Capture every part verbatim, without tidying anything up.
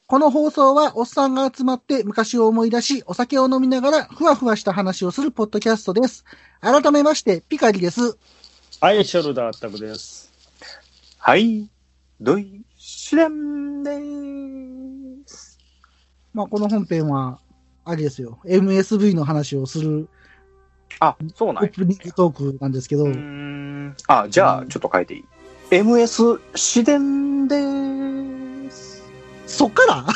この放送はおっさんが集まって昔を思い出し、お酒を飲みながらふわふわした話をするポッドキャストです。改めまして、ピカリです。 はい、ショルダータクです。 はい、ドイシレンでーす。 まあ、この本編は、あれですよ、エムエスブイ の話をする、 あ、そうなんや。 オープニングトークなんですけど。 うーん。あ、じゃあ、ちょっと変えていい、エムエス シデンでーす。 そっから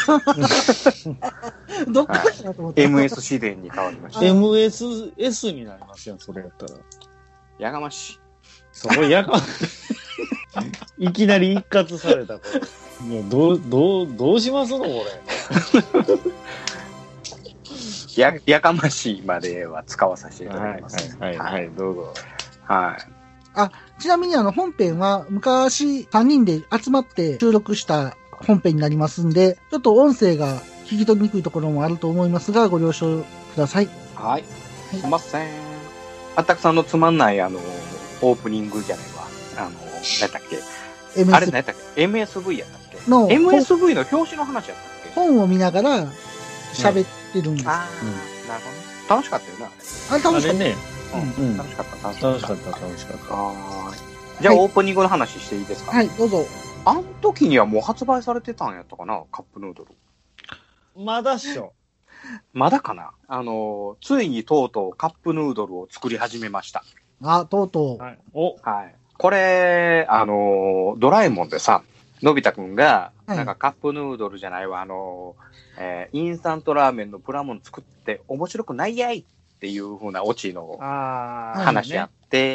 どっからかなと思って。 エムエス シデンに変わりました。 エムエスエス になりますよ、それやったら。 やがましい。 そこやがましい。いきなり一括された、これ。いや、どう、どう、どうしますの、これ。 や、やかましいまでは使わさせていただきます。 はい、はい、はい、はい、どうぞ。 はい。 あ、ちなみにあの本編は昔さんにんで集まって収録した本編になりますんで、ちょっと音声が聞き取りにくいところもあると思いますが、ご了承ください。 はい。すいません。あったくさんのつまんないあの、オープニングじゃないわ。あの、何だっけエムエスあれ何やったっけ ?エムエスブイ やったっけのエムエスブイ の表紙の話やったっけ本を見ながら喋ってるんです。 ああ、なるほどね。楽しかったよな。 あれ楽しかった。 ね。 うん。楽しかった、楽しかった。 楽しかった、楽しかった。 あじゃあ、オープニングの話していいですか？ はい、どうぞ。 あの時にはもう発売されてたんやったかな、カップヌードル。 まだっしょ。 まだかな。あの、ついにとうとうカップヌードルを作り始めました。 あ、とうとう。 はい。お。 はい。これ、あの、ドラえもんでさ、のび太くんが、なんかカップヌードルじゃないわ、あの、えー、インスタントラーメンのプラモン作って面白くないやいっていう風なオチの話あって、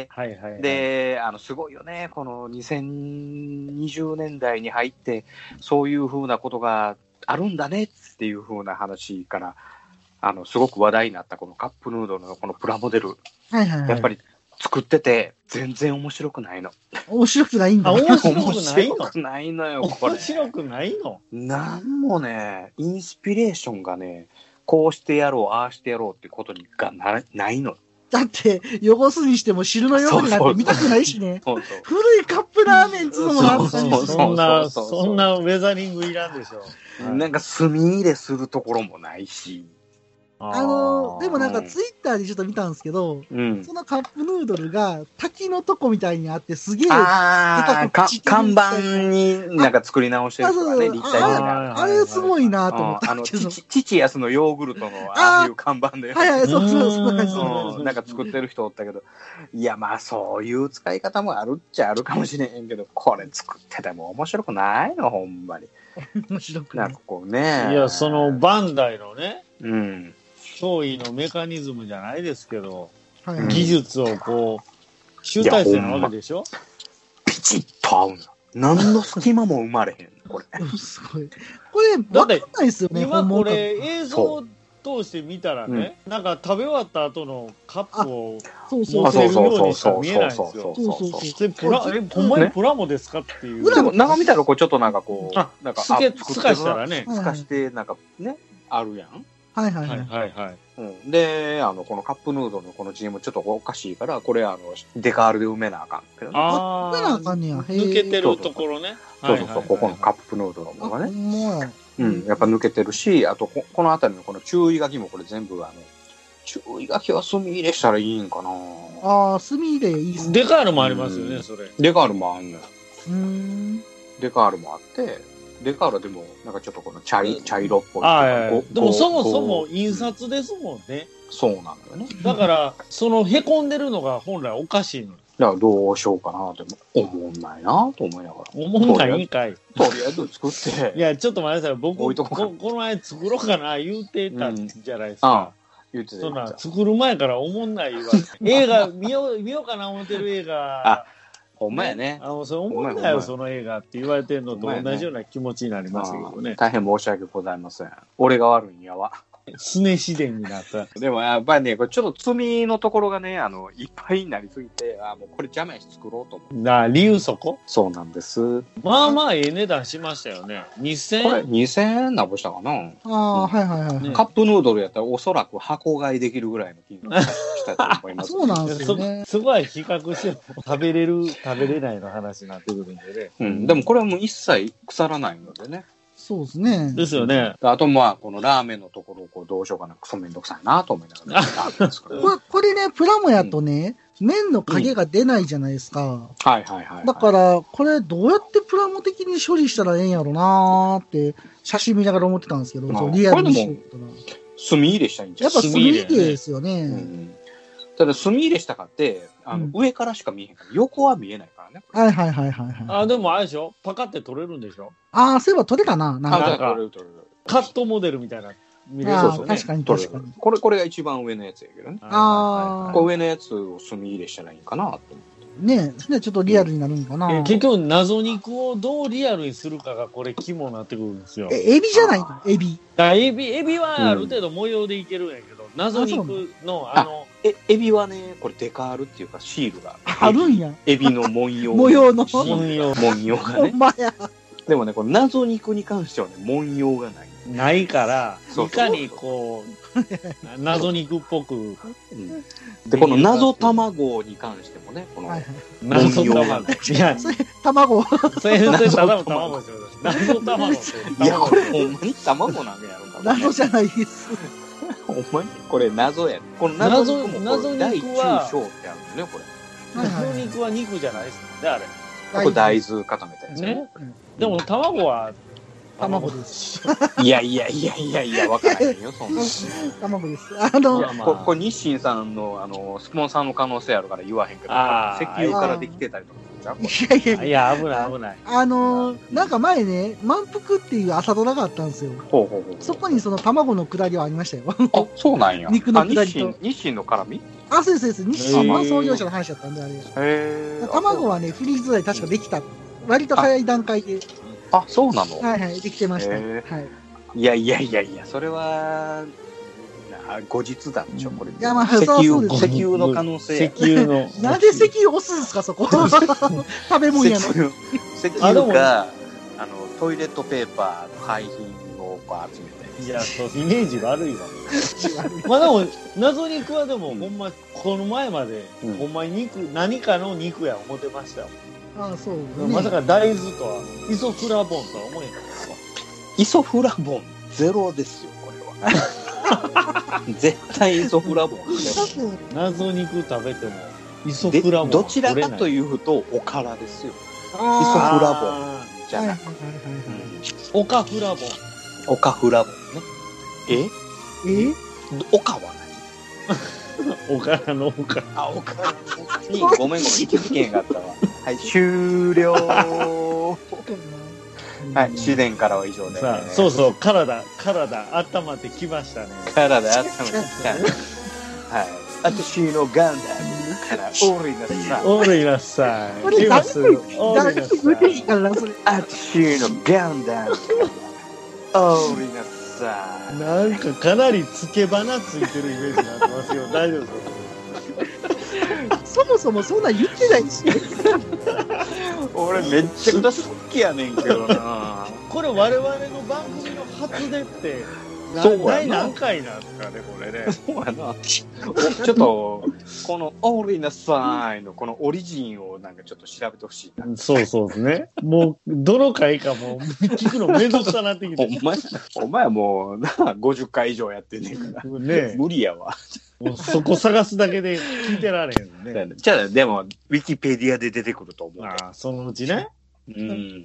はいはいはい、 で、あの、すごいよね、このにせんにじゅうねんだいに入って、そういう風なことがあるんだねっていう風な話から、あの、すごく話題になったこのカップヌードルのこのプラモデル。 はいはいはい。 やっぱり作ってて、全然面白くないの。 面白くないんだ。 面白くないの面白くないのよ、これ。 面白くないのなんもね、インスピレーションがね、こうしてやろう、ああしてやろうってことが な, ないの。 だって、汚すにしても汁のようになって見たくないしね。 そうそう古いカップラーメンつうのもあったりして。 そんな、そんなウェザリングいらんでしょ。 なんか墨入れするところもないし。 あの、でもなんかツイッターでちょっと見たんですけど、うん、そのカップヌードルが滝のとこみたいにあってすげえ、 ああ、看板になんか作り直してるとかね、立体的な。 あれすごいなと思った。 あの、父安のヨーグルトのああいう看板で。 はいはい、そうそうそうそう。なんか作ってる人おったけど、いやまあそういう使い方もあるっちゃあるかもしれへんけど、これ作ってても面白くないの、ほんまに。 面白くない。 なんかこうね。 いや、そのバンダイのね、 うん。 脅威のメカニズムじゃないですけど、 はいはい、 技術をこう、集大成なわけでしょ、 ピチッと合うの。何の隙間も生まれへんこれ。 すごい。これ、分かんないですよね、 今これ映像を通して見たらね、うん、なんか食べ終わった後のカップを持てるようにしか見えないんですよ。そうそうそう。それプラ、え、ほんまにプラモですかっていう。 でも、中見たらこうちょっとなんかこう、なんか、 つけ、つかしたらね。 つかして、なんかね、あるやん。 はいはいはい。 はいはい、 うん。で、あの、このカップヌードルのこの ジーエム ちょっとおかしいから、これあの、デカールで埋めなあかんけどね。 ああ。埋めなあかんねや。 抜けてるところね。 そうそうそう、ここのカップヌードルのものがね。 もううん、やっぱ抜けてるし、あとこ、この辺りのこの注意書きもこれ全部あの、注意書きは墨入れしたらいいんかな。 ああ、墨入れいいっすね。デカールもありますよね、それ。 デカールもあんのよ。 うん。 デカールもあって、デカールでも、なんかちょっとこの茶い茶色っぽい。 ああ、でもそもそも印刷ですもんね。 そうなんだよね。 だから、その凹んでるのが本来おかしいの。 だからどうしようかなって思んないなと思いながら。 思んないんかい。 とりあえず作って。 いや、ちょっと待ってください。僕、こ, この前作ろうかな言うてたんじゃないですか。うん、ああ言ってた。 そんな、作る前から思んないわ。映画、見よう、見ようかな思ってる映画。 あほんまやね。 あの、それ思んないよ、その映画って言われてるのと同じような気持ちになりますけどね。 大変申し訳ございません。俺が悪いんやわ。 すね自然になった。 でもやっぱりね、これちょっと罪のところがね、あの、いっぱいになりすぎて、あもうこれ邪魔やし作ろうと思う。 な理由そこそうなんです。 まあまあ、ええ値段しましたよね。にせんえん。 これにせんえんなぼしたかな。 ああ、うん、はいはいはい、ね。 カップヌードルやったらおそらく箱買いできるぐらいの金額したと思います。 そうなんですよね。 そこは比較しても食べれる、食べれないの話になってくるんでね。 うん。でもこれはもう一切腐らないのでね。 そうですね。 ですよね。 あと、まあ、このラーメンのところをこうどうしようかな、クソめんどくさいなと思いながら。 これ、これね、プラモやとね、うん、麺の影が出ないじゃないですか。うん、 はいはいはい、はい。 だから、これどうやってプラモ的に処理したらええんやろなーって、写真見ながら思ってたんですけど、そうリアルにしようとな。 墨入れしたらいいんじゃないやっぱ墨入れですよね。うん、 ただ、墨入れしたかって、あの、うん、上からしか見えへんから、横は見えないからね。 はいはいはいはい、はい。 あ、でもあれでしょパカって取れるんでしょああ、そういえば取れたな。 なんか。なんか取れる取れる。 カットモデルみたいな。 見れる、ね、そうそう確かに確かに。 これ、これが一番上のやつやけどね。ああ。これ上のやつを墨入れしたらいいかなと思って。 ねえ、ちょっとリアルになるんかな。 うん、結局、謎肉をどうリアルにするかがこれ肝になってくるんですよ。 え、エビじゃないのエビ。 エビ、エビはある程度模様でいけるんやけど、うん、謎肉のあのえ、エビはね、これデカールっていうかシールが。 あるんや。 エビの文様。 模様の。 文様。 文様がね。 ほんまや。 でもね、これ謎肉に関してはね、文様がない。 ないから、いかにこう、謎肉っぽく。うん、 で、この謎卵に関してもね、この、 謎卵。いや、 それ、卵。 それ、それ、ただの卵ですよ。謎卵って。 いや、これほんまに卵なんやろか。 謎じゃないです。 ほんまにこれ謎や。この謎肉もこれ大中小ってあるんね、これ。 謎肉は肉じゃないですもんね、あれ。 これ大豆固めたやつね。 でも卵は、 卵です。 いやいやいやいやいや、わからへんよ、そんな。 卵です。あの、 まあ、こ, これ日清さんの、あの、スポンサーの可能性あるから言わへんけど、石油からできてたりとかじゃん。 いやいやいや、危ない危ない。 あの、なんか前ね、満腹っていう朝ドラがあったんですよ。 ほうほうほう。 そこにその卵のくだりはありましたよ。 あ、そうなんや。 肉のくだりと。 日清の絡みあ、そうです、そうです。日清の創業者の話だったんで、あれ。 へ卵はね、フリーズドライ確かできた。割と早い段階で。 あ、そうなの？ はいはい、できてました。はい。 いやいやいやいや、それは、後日談でしょ、これ。いや、まあ、 石油、 石石油の可能性。 石油の。 なんで石油押すんですか、そこ。食べ物やの。 石油か、あの、トイレットペーパーの廃品をこう集めて。 いや、そう、イメージ悪いわ。まあでも、謎肉はでも、ほんま、この前まで、ほんまに肉、何かの肉や思ってましたよ。 ああ、そう、 ね。まさか大豆とは、イソフラボンとは思えなかったわ。 イソフラボンゼロですよ、これは。絶対イソフラボンゼロ。 謎肉食べても、イソフラボンどちらかというと、おからですよ。イソフラボンじゃなくて。 オカフラボン。 オカフラボンね。ええオカは何おからのおか。 あ、おからのおかに、ごめんごめん、気づけへんかったわ。はい、終了。はい、自然からは以上で、 さあ、そうそう、体、体、温まってきましたね。 体、温まってきた。はい。私のガンダムからオールイナサイ。 オールイナサイ。 これ、ダメオールイナサイ。 私のガンダムからオールイナサイ。 なんかかなりつけ花ついてるイメージになってますよ。大丈夫ですか？ そもそもそんな言ってないし。 俺めっちゃくちゃ好きやねんけどな。 これ我々の番組の初でって第何回なんですかね、これね。 そうやな。ちょっとこのオールイナサイのこのオリジンをなんかちょっと調べてほしいな。 そうそうですね。もうどの回かもう聞くのめんどくさなってきて。 お前お前はもうなごじゅっかい以上やってんねんから。ね、無理やわ。 もうそこ探すだけで聞いてられへんね。 じゃあでもウィキペディアで出てくると思う。 ああ、そのうちね。 うん。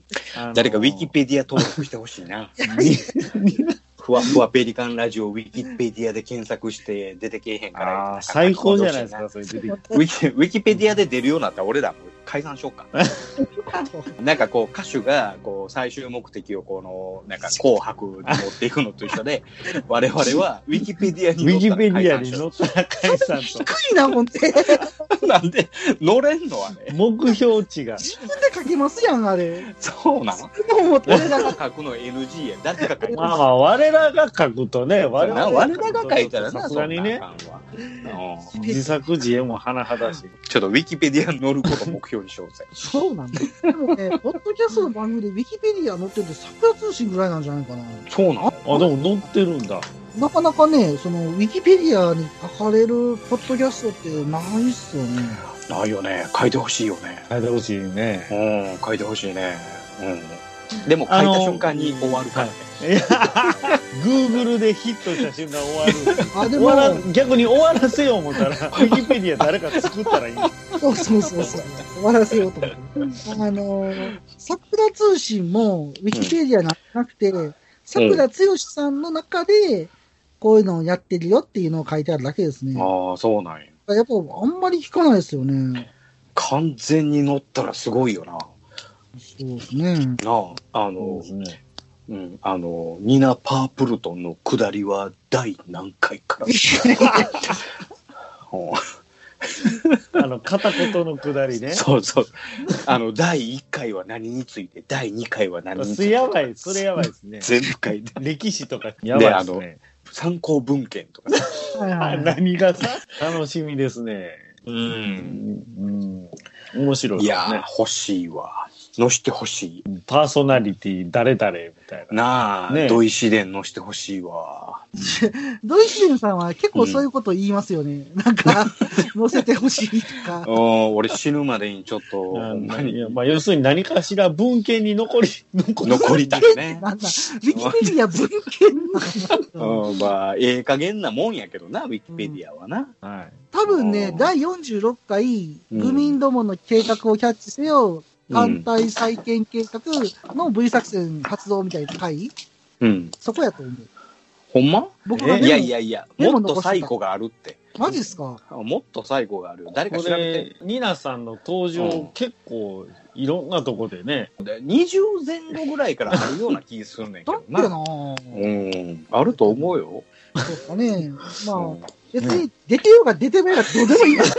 あのー、誰かウィキペディア登録してほしいな。ふわふわペリカンラジオウィキペディアで検索して出てけえへんから。 あ最高じゃないですか、それ出てウィキ。ウィキペディアで出るようになったら俺らも解散しようか。なんかこう歌手がこう最終目的をこのなんか紅白に持っていくのと一緒で我々はウィキペディアにウィキペディアに載ったら解散と。 低いな、ほんで。 なんで乗れんのあれ。 目標値が。 自分で書けますやん、あれ。 そうなの？俺らが書くの エヌジー や。誰が書くの？ まあまあ、我らが書くとね、 我々我らが書いたらな、 さすがにね。自作自演も甚だし。 ちょっとウィキペディアに載ることを目標にしようぜ。 そうなんだ。でもね、ポッドキャストの番組でウィキペディア載ってて、桜通信ぐらいなんじゃないかな。 そうなの？ あ、でも載ってるんだ。 なかなかね、その、ウィキペディアに書かれるポッドキャストってないっすよね。 ないよね。書いてほしいよね。 書いてほしいね。 うん、書いてほしいね。うん。 でも書いた瞬間に終わるからね。 グーグルでヒットした瞬間終わる。 あ、でも終わら逆に終わらせよう思ったら、ウィキペディア誰か作ったらいい。 そうそうそうそう。終わらせようと思って。あのー、桜通信もウィキペディアなくて、桜剛さんの中でこういうのをやってるよっていうのを書いてあるだけですね。 ああ、そうなんや。 やっぱあんまり聞かないですよね。 完全に乗ったらすごいよな。 そうですね。 なあ、あの、ね、うん、あの、ニナ・パープルトンの下りは第何回からあの、片言の下りね。 そうそう。あの、だいいっかいは何について、だいにかいは何について。 それやばい、それやばいですね。 全部書いて。 歴史とかやばいですね。 参考文献とか。 何がさ、楽しみですね。 うん。 うん。面白い、 ね。いや、欲しいわ。乗してほしい。 パーソナリティ誰々みたいな。 なあ、ね、土井紫伝乗してほしいわ。 土井紫伝さんは結構そういうこと言いますよね。うん、なんか、乗せてほしいとか。 俺死ぬまでにちょっと。 いやまあ、要するに何かしら文献に残り、 残り残りたいね。 なんだ、ウィキペディア文献なのうん、まあ、ええ加減なもんやけどな、ウィキペディアはな。 うん、はい。 多分ね、だいよんじゅうろっかい、愚民どもの計画をキャッチせよ、艦隊再建計画の V 作戦発動みたいな回、 うん、 そこやと思う。 ほんま？ 僕がいやいやいや、もっと最後があるって。 マジっすか？ もっと最後がある。誰か調べて。 ニナさんの登場、うん、結構いろんなとこでね。 にじゅうぜん後ぐらいからあるような気するねんけどな。 だってなうん。あると思うよ。 そうかね。まあ、うん、別に出てようが出てないがどうでもいいわ。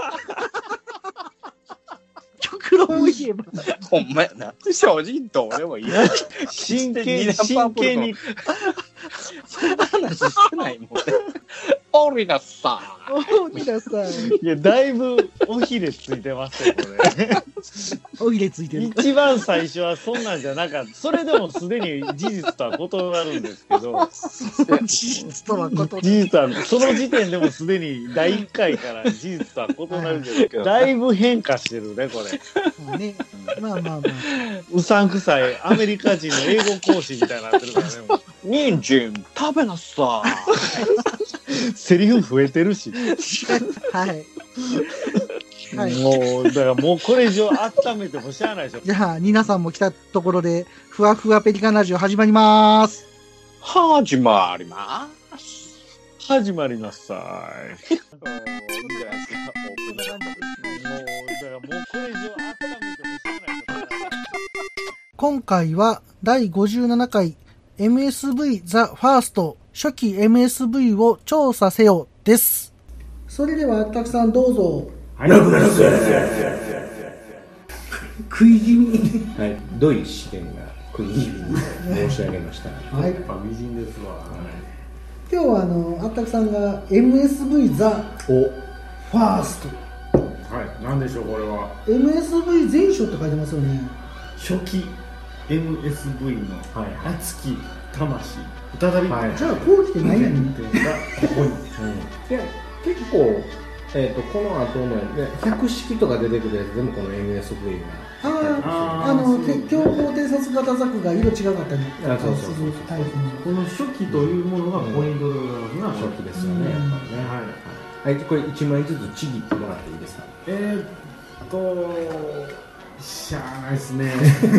極論を言えば。 ほんまやな。正直どうでもいい。 真剣に、真剣に。 そんな話してないもんね。オリナさん。オリナさん。 いや、だいぶおひれついてますよ、これ。 おひれついてる。 一番最初はそんなんじゃなかった。それでもすでに事実とは異なるんですけど。 事実とは異なる。 事実は、その時点でもすでにだいいっかいから事実とは異なるけど、だいぶ変化してるね、これ。 ね、まあまあまあ。 うさんくさいアメリカ人の英語講師みたいになってるからね。 人参食べなさい。 セリフ増えてるし。 はい。 はい、もう、だからもうこれ以上温めてもしゃあないでしょ。 じゃあ、ニナさんも来たところで、ふわふわペリカンラジオ始まりまーす。 始まりまーす。 始まりなさい。いいんじゃないですか。もう、だからもうこれ以上温めてもしゃあないでしょ。 今回はだいごじゅうななかい エムエスブイ The First 初期 エムエスブイ を調査せよです。それではたくさんどうぞ。 はい、楽なす食い気味にはい、土井紫伝が食い気味に申し上げました。 はい、 やっぱ美人ですわ。はい、 今日はあのあったくさんが エムエスブイ The First。はい、 なんでしょうこれは。 エムエスブイ 全書って書いてますよね。 初期 エムエスブイ の熱き魂、再び、 はい、じゃあこう来てないやんってがここに、うん、 で結構、えー、とこの後の百式とか出てくるやつでもこの エムエスブイ があああの強行偵察型ザクが色違かったりとかするタイプのこの初期というものがポイントでございますが、 初期ですよね、やっぱりね、はいはい、これいちまいずつちぎってもらっていいですか。 えー、っとしゃあないっすね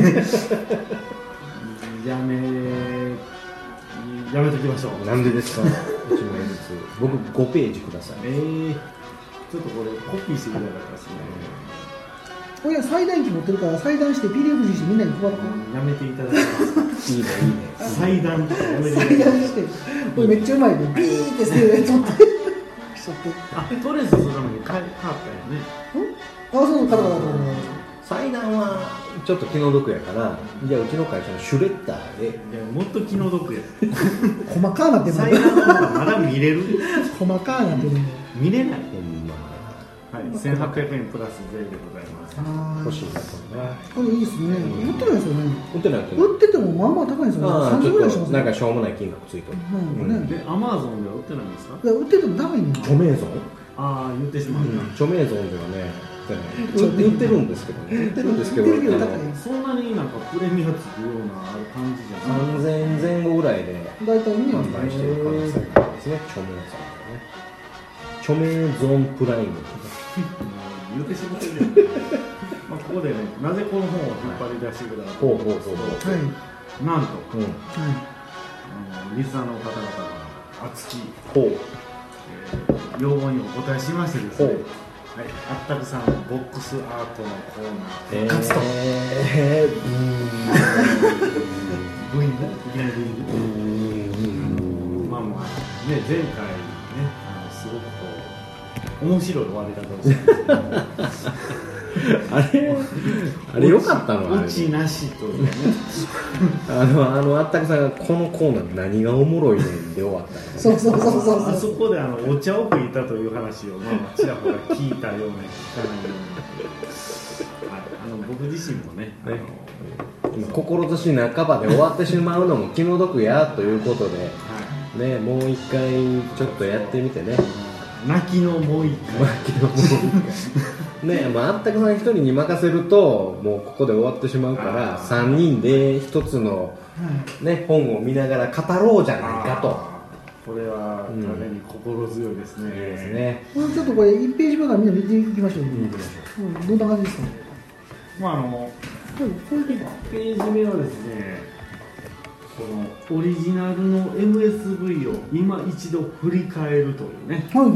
やめやめときましょう。 なんでですかいちまいずつ僕ごページください。 えー、ちょっとこれコピーしてくれなかったですね。 これ裁断機持ってるから裁断して ピーディーエフ にしてみんなに配るかやめていただきますいいねいいね裁断とかやめて裁断してこれめっちゃうまいねビーってして取ってあとりあえずそのために変わったよね。 あそうそうカタカタカタ裁断はちょっと気の毒やからじゃあうちの会社のシュレッダーで。いやもっと気の毒や細かなってる裁断はまだ見れる細かなってる見れない。ほんまはい、せんはっぴゃくえんプラス税でございます。 欲しいなこれね。 これいいですね。売ってないですよね。 売ってない売っててもまあまあ高いですよね。 さんじゅうぐらいしますね。なんかしょうもない金額ついてる。 なんかね。 で、アマゾンでは売ってないんですか？ いや売ってても高いね。 著名ゾン？ ああ言ってしまう。 著名ゾンではね、 売ってるんですけどね売ってるんですけどそんなになんかプレミアつくようなある感じじゃないさんぜんえんぜん後ぐらいで大体ね販売してる可能性がありますね著名さんでね著名ゾーンプライム言うてしまってるよまあここでねなぜこの本を引っ張り出してくださったかというとなんと、うんうん、あのリスナーの方々が熱きほう、えー、要望にお答えしましてですね、はい、あったくさんボックスアートのコーナー復活とえー、うーんブイングいきなりブイングまあまあね前回ねあのすごくこう面白い終わり方をしてあれあれ良かったのオチなしというねあのあのあったくさんがこのコーナー何がおもろいねんで終わった、ね、 そうそうそうそうあそこであのお茶を吹いたという話をまあまあちらほら聞いたような聞かないような、はい、あの僕自身もねね志半ばで終わってしまうのも気の毒やということで、はい、ね、もう一回ちょっとやってみてね泣きのもう一回泣きのもう一回ね、まあ、あったくさん一人に任せるともうここで終わってしまうからさんにんで一つの、ね、本を見ながら語ろうじゃないかとこれは大変に心強いですね、うん、いいですね。ちょっとこれいちページ目からみんな見ていきましょう、ね、うん、どんな感じですかね。 まああのページ目はですねこのオリジナルの エムエスブイ を今一度振り返るというね、はいはいはい、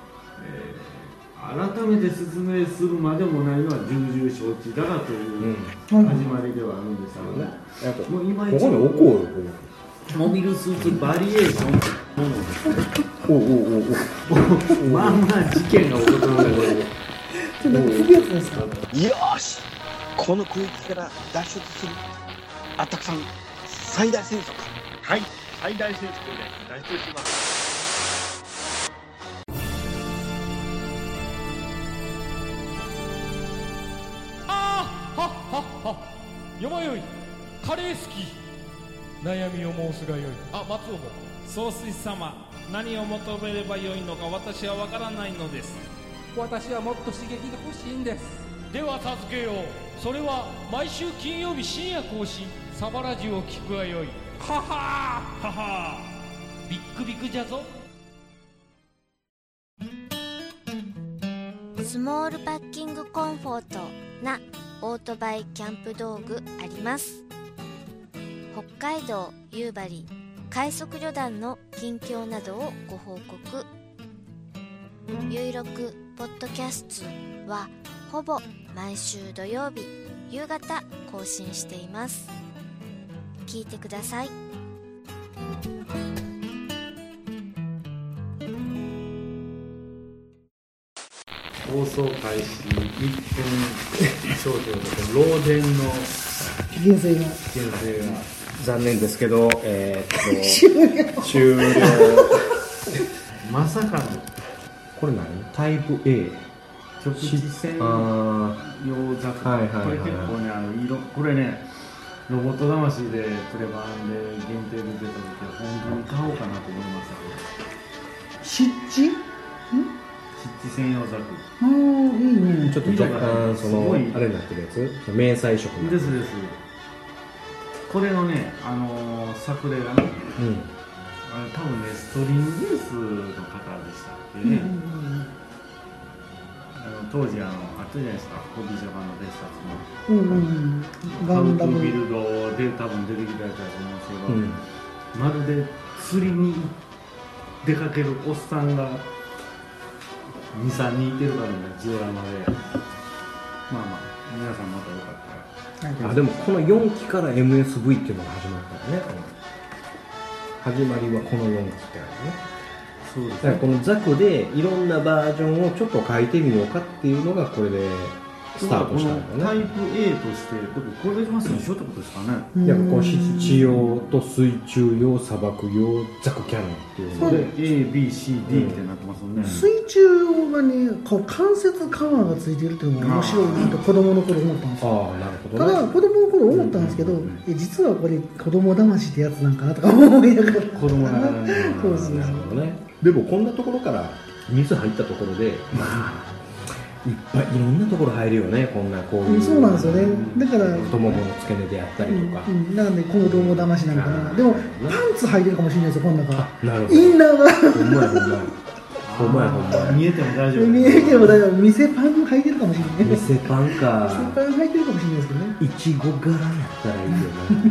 改めて説明するまでもないのは重々承知だがという始まりではあるんですけど、ね、もう今一度こうモビルスーツバリエーションというものをまあまあ事件が起こったのでちょっと首やつですか。 よしこの区域から脱出するあったくさん最大戦速はい最大戦速で脱出します。 よまよいカレー好き悩みを申すがよい。あ、松尾も総帥様何を求めればよいのか私は分からないのです。 私はもっと刺激が欲しいんです。では助けよう。それは毎週金曜日深夜更新サバラジュを聞くがよい。ははーははービックビックじゃぞ。 スモールパッキングコンフォートなオートバイキャンプ道具あります。北海道夕張快速旅団の近況などをご報告。ゆいろくポッドキャストはほぼ毎週土曜日夕方更新しています。聞いてください。 放送開始いっぷん少々と漏電の危険性が危険性が残念ですけど、えー、っと終了まさかのこれ何タイプ A 直地線用ザク、はいはいはいはい、これ結構ねあの色これねロボット魂でプレ版で限定で出た時は本当に買おうかなと思いました。 湿地？ん？ 湿地専用ザク。 ああいいね。 ちょっと若干そのあれになってるやつ、迷彩色になってる。 ですです。これのねあのー、作例がね、うん、あれ多分ねストリングベースの方でしたっけね。うんうんうん、あの当時あのあったじゃないですかホビージャパンの別冊の、うんうん、ガンダムビルドで多分出てきたやつだと思うんですけど、うん、まるで釣りに出かけるおっさんがにさんにんいてるからねジオラマでまあまあ皆さんまたよかったら、 はい、あでもこのよんきから エムエスブイ っていうのが始まったのね、うん、始まりはこのよんきってあるね。そうですね、だからこのザクでいろんなバージョンをちょっと変えてみようかっていうのがこれでスタートしたんだね。 タイプ A としてこれでまさに一緒ってことですかね。 いやこう湿地用と水中用砂漠用ザクキャノンっていうのでエービーシーディー ってなってますもんね、うん、 水中用がねこう関節カバーがついてるっていうのが面白いなと子供の頃思ったんですよ。 あなるほど、ね、 ただ子供の頃思ったんですけど、うんうんうん、え実はこれ子供騙しってやつなんかなとか思いながら子供ながらねそうそうそうなるほどね。でもこんなところから水入ったところでまあいっぱいいろんなところ入るよね、こんなこういう、 そうなんですよね。だから太ももの付け根であったりとか、 うんうん、なんで行動も騙しなのかな。でもパンツ履いてるかもしれないですよ、この中。 なるほど。 インナーがほんまやほんまやほんまやほんまや。 見えても大丈夫。 見えても大丈夫。店パン履いてるかもしれない。 店パンか。 店パン履いてるかもしれないですけどね。 いちご柄やったらいいよ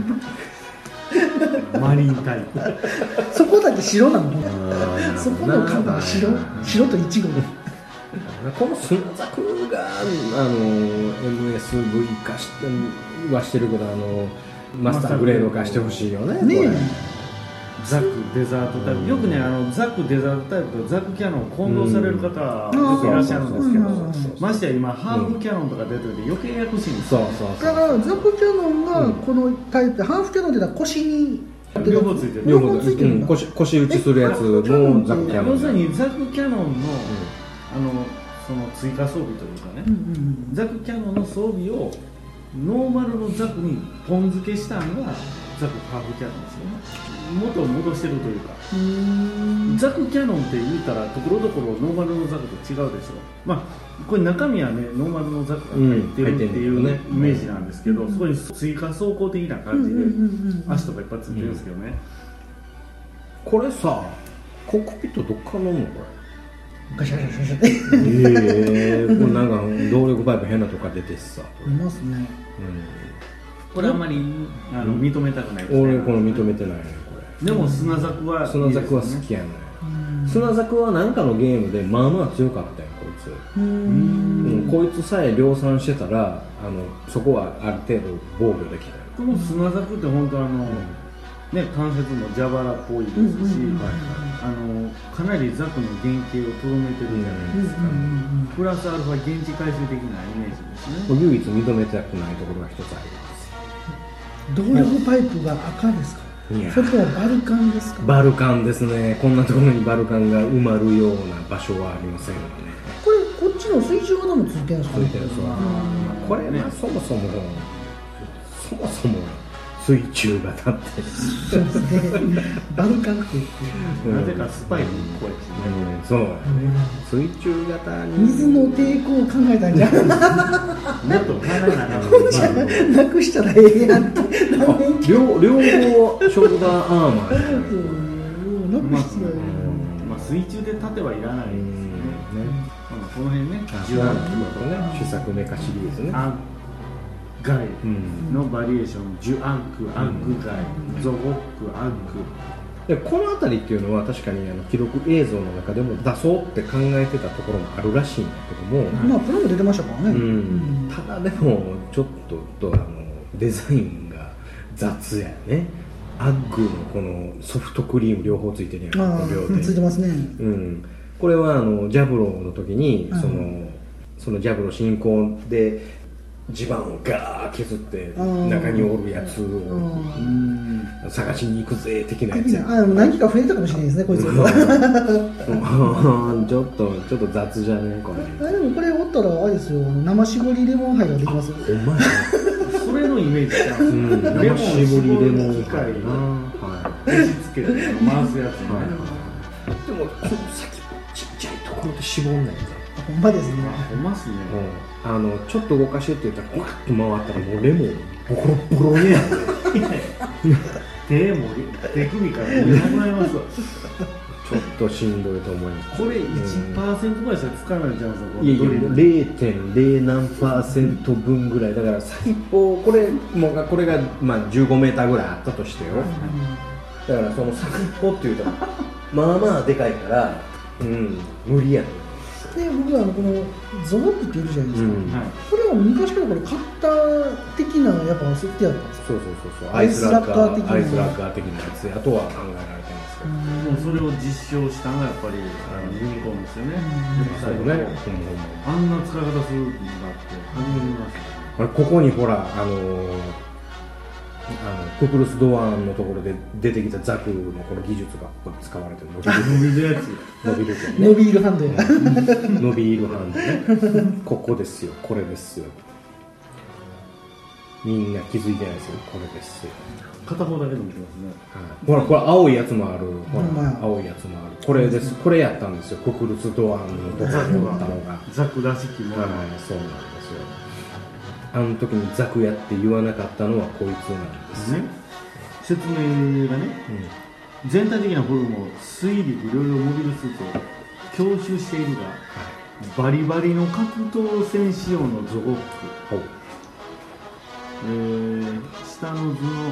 な。マリンタイプ。 そこだけ白なの。そこのカバー白、白といちご。 この砂ザクがあの エムエスブイ 化してはしてるけど、あのマスターグレード化してほしいよね。 ねえ。 ザクデザートタイプ、よくねあのザクデザートタイプとザクキャノン混同される方よくいらっしゃるんですけど、ましてや今ハーフキャノンとか出てるんで余計ややこしいんですよ。 そうそうそう。 だからザクキャノンがこのタイプ、ハーフキャノンってのは腰に両方ついてる。 両方ついてるんだ。 腰腰打ちするやつもザクキャノン。 要するにザクキャノンのあのその追加装備というかね、ザクキャノンの装備をノーマルのザクにポン付けしたのがザクハーフキャノンですよね。元を戻してるというか、うーんザクキャノンって言ったらところどころノーマルのザクと違うでしょ。まあこれ中身はねノーマルのザクが入ってるっていうイメージなんですけど、そこに追加走行的な感じで足とかいっぱいついてるんですけどね。 これさ、コックピットどっから乗るのこれ。 ガシャガシャガシャってええー、これなんか動力パイプ変なとこから出てさ。 いますね。うん。 これあんまりあの認めたくないですね。 俺この認めてないねこれ。 でも砂ザクは砂ザクは好きやね。砂ザクはなんかのゲームでまあまあ強かったよこいつ。うん。こいつさえ量産してたらあのそこはある程度防御できたよ。 この砂ザクって本当あの。ね、関節も蛇腹っぽいですし、あのかなりザクの原型をとどめてるじゃないですか。プラスアルファ現地回収的なイメージですね。 唯一認めたくないところが一つあります。 動力パイプが赤ですか。それともバルカンですか。 バルカンですね。こんなところにバルカンが埋まるような場所はありませんよね。 これこっちの水中型もついてるんですか。 ついてるんですわ。これね、そもそもそもそも水中型ってそうですね。バルカンってなぜかスパイク怖いですね。 そうだね。水中型に水の抵抗を考えたんじゃん。 もっと考えななくしたらええやんって。 両両方ショルダーアーマー。 なくしたらええ。まあ水中で盾はいらないですね。この辺ね。 ジュアンクね。試作メカシリーズね。 ガイのバリエーション、ジュアンク、アンクガイ、ゾゴック、アンク。 でこの辺りっていうのは確かにあの記録映像の中でも出そうって考えてたところもあるらしいんだけども、 まあこれも出てましたからね。うん、 ただでもちょっととあのデザインが雑やね。アッグのこのソフトクリーム両方ついてるやん。 ああ、ついてますね。 うん。これはあのジャブローの時にそのそのジャブロー進行で地盤をガー削って中におるやつを探しに行くぜ的なやつや。 あ、何か増えたかもしれないですねこいつ。ちょっとちょっと雑じゃねこれ。 あでもこれおったらあれですよ、生搾りレモンハイができますよ。 お前それのイメージじゃん。 うん、生搾りレモンハイな。 はい。押し付けて回すやつね。 でもこの先ちっちゃいところで絞んないんだ。 ほんまですね。 ほんまっすね。 あのちょっと動かしてって言ったらグワッと回ったらもうレモンボコロボロになって手も手首から出なくなりますわ。 ちょっとしんどいと思います。 これ いちパーセント ぐらいしか使わないじゃん。 いやいや れいてんれい 何パーセント分ぐらいだから先っぽこれもうこれがまあじゅうごメーターぐらいあったとしてよ。だからその先っぽっていうとまあまあでかいからうん無理やね。 で僕はあのこのゾロックっているじゃないですか、うんはい、これは昔からこれカッター的なやっぱ設定やったんですか。 そうそうそうそうアイスラッガー的なアイスラッガー的なやつあとは考えられてますけど、 もうそれを実証したのがやっぱりあのユニコーンですよね。 そうね、 あんな使い方するんだって初めて見ました、 ね、ここにほらあのーあのククルス・ドアンのところで出てきたザクのこの技術がここで使われてる伸びるやつ伸びるね、伸びるハンドや伸びるハンドねここですよこれですよみんな気づいてないですよ。これですよ。 片方だけでもいきますね。 はい、ほらこれ青いやつもある。ほら、 うん、 青いやつもある。これです。これやったんですよ。ククルスドアンのところにあったのが。 ザクらしきもの。 はい、そうなんですよ。あの時にザクやって言わなかったのはこいつなんですね。 説明がね、うん、全体的なフォルムを水陸両用モビルスーツを強襲しているが、はい、バリバリの格闘戦士用のゾゴック、えー、下の図の、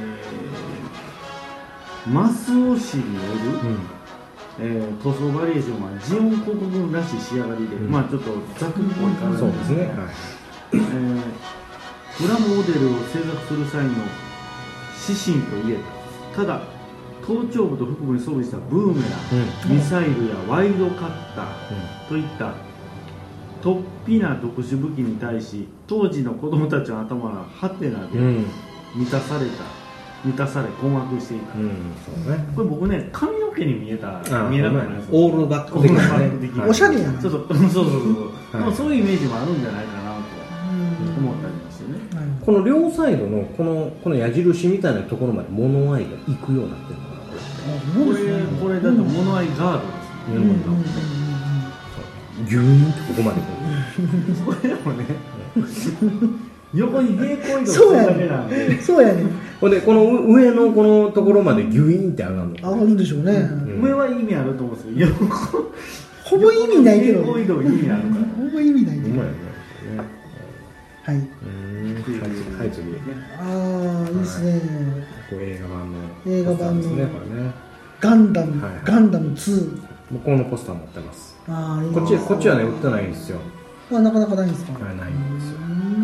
えー、マスオシによる、うんえー、塗装バリエーションはジオン広告軍らしい仕上がりで、うん、まあちょっとザクっぽい感じそうですね、はいえー、プラモデルを製作する際の指針といえただ頭頂部と腹部に装備したブーメラン、うん、ミサイルやワイドカッターといった突飛な特殊武器に対し当時の子供たちの頭はハテナで満たされた、うん、満たされ困惑していた、うんそうね、これ僕ね髪の毛に見えた見えなくないですか。 オールバック的なねおしゃれやん。 そうそうそうそうそう、はい、そういうイメージもあるんじゃないかなと思ったりもしてね、 うん、この両サイドのこのこの矢印みたいなところまで物合いがいくようになってるのかなこれ。これこれだと物合いガードですね。うんうんうんギューンってここまでこうこれもね横に平行移動するだけなんでそうやねほんでこの上のこのところまでギュイーンって上がるの上がるんでしょうね、 うん、上は意味あると思うんですけどほぼ意味ないけど平行移動意味あるからほぼ意味ないけど、ね、はいうんはい次ああいいですね、 これ映画版の映画版の、 ねこれね、 ガンダム、はいはい、ガンダムツー向こうのポスター持ってます。 ああいいこっちこっちはね売ってないんですよ。 あなかなかないんですか。 ないんですよ。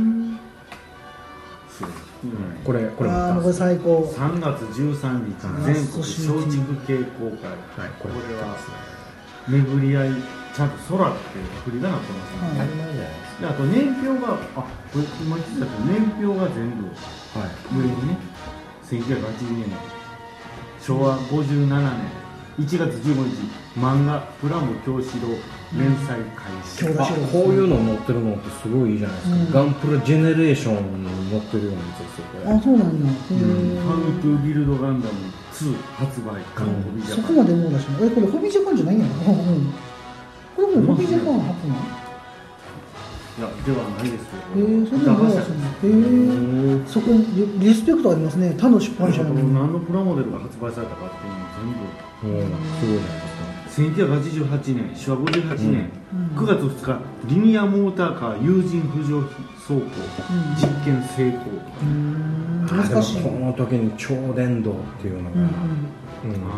うん、これこれああこれ最高。 さんがつじゅうさんにち全国松竹系公開。 はい、これは巡り合いちゃんと空って振りがなってますね。であと年表があこれ今言ってたけど年表が全部はい上にねせんきゅうひゃくはちじゅうねんしょうわごじゅうななねんいちがつじゅうごにち漫画プラモ京志郎連載開始、 うん、あこういうの載ってるのってすごいいいじゃないですか、うん、ガンプラジェネレーションに載ってるようなやつですよこれ。 あそうなんだ。 ファントゥビルドガンダムツー発売カンホビジャパン。 そこまでもうだしえこれホビジャパンじゃないんやろ、うん、これもホビジャパン発なの。 いやではないですよ。 えー、それでもえー、そこにリスペクトありますね。他の出版社の何のプラモデルが発売されたかっていうの全部うん、すごいね。 せんきゅうひゃくはちじゅうはちねんしわごじゅうはちねん、うん、くがつふつかリニアモーターカー有人浮上走行、うん、実験成功とか、 うん難しい。 この時に超電導っていうのが、うんうん、